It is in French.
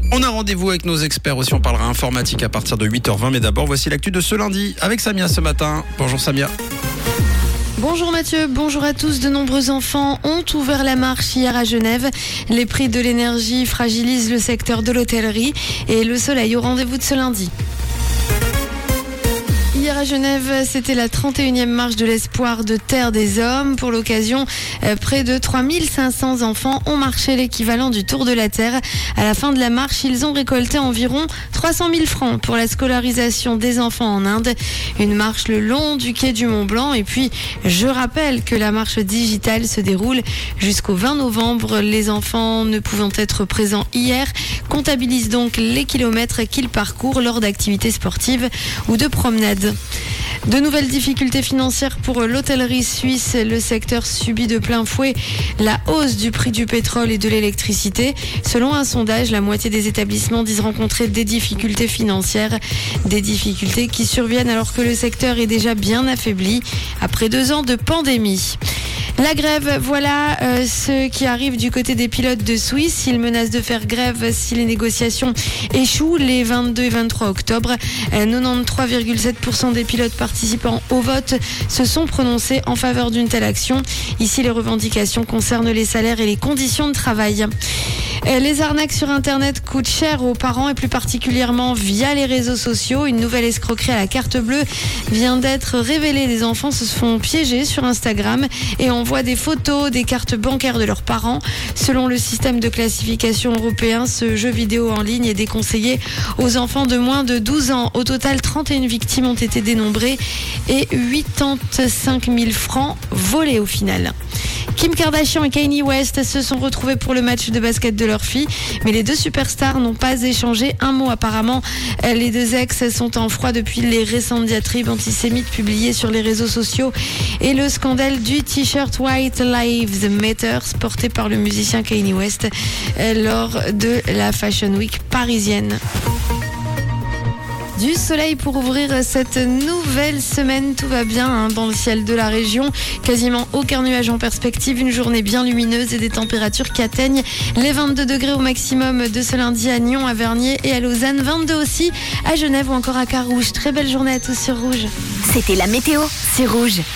On a rendez-vous avec nos experts aussi, on parlera informatique à partir de 8h20. Mais d'abord, voici l'actu de ce lundi avec Samia ce matin. Bonjour Samia. Bonjour Mathieu, bonjour à tous. De nombreux enfants ont ouvert la marche hier à Genève. Les prix de l'énergie fragilisent le secteur de l'hôtellerie et le soleil au rendez-vous de ce lundi. Hier à Genève, c'était la 31e marche de l'espoir de Terre des Hommes. Pour l'occasion, près de 3500 enfants ont marché l'équivalent du Tour de la Terre. À la fin de la marche, ils ont récolté environ 300 000 francs pour la scolarisation des enfants en Inde. Une marche le long du quai du Mont-Blanc. Et puis, je rappelle que la marche digitale se déroule jusqu'au 20 novembre. Les enfants ne pouvant être présents hier comptabilisent donc les kilomètres qu'ils parcourent lors d'activités sportives ou de promenades. De nouvelles difficultés financières pour l'hôtellerie suisse. Le secteur subit de plein fouet la hausse du prix du pétrole et de l'électricité. Selon un sondage, la moitié des établissements disent rencontrer des difficultés financières. Des difficultés qui surviennent alors que le secteur est déjà bien affaibli après 2 ans de pandémie. La grève, voilà ce qui arrive du côté des pilotes de Suisse. Ils menacent de faire grève si les négociations échouent les 22 et 23 octobre. 93,7% des pilotes participant au vote se sont prononcés en faveur d'une telle action. Ici, les revendications concernent les salaires et les conditions de travail. Les arnaques sur Internet coûtent cher aux parents et plus particulièrement via les réseaux sociaux. Une nouvelle escroquerie à la carte bleue vient d'être révélée. Des enfants se font piéger sur Instagram et envoient des photos des cartes bancaires de leurs parents. Selon le système de classification européen, ce jeu vidéo en ligne est déconseillé aux enfants de moins de 12 ans. Au total, 31 victimes ont été dénombrées et 85 000 francs volés au final. Kim Kardashian et Kanye West se sont retrouvés pour le match de basket de leur fille, mais les 2 superstars n'ont pas échangé un mot apparemment. Les 2 ex sont en froid depuis les récentes diatribes antisémites publiées sur les réseaux sociaux et le scandale du t-shirt White Lives Matter porté par le musicien Kanye West lors de la Fashion Week parisienne. Du soleil pour ouvrir cette nouvelle semaine, tout va bien dans le ciel de la région. Quasiment aucun nuage en perspective, une journée bien lumineuse et des températures qui atteignent les 22 degrés au maximum de ce lundi à Nyon, à Vernier et à Lausanne. 22 aussi à Genève ou encore à Carouge. Très belle journée à tous sur Rouge. C'était la météo, c'est Rouge.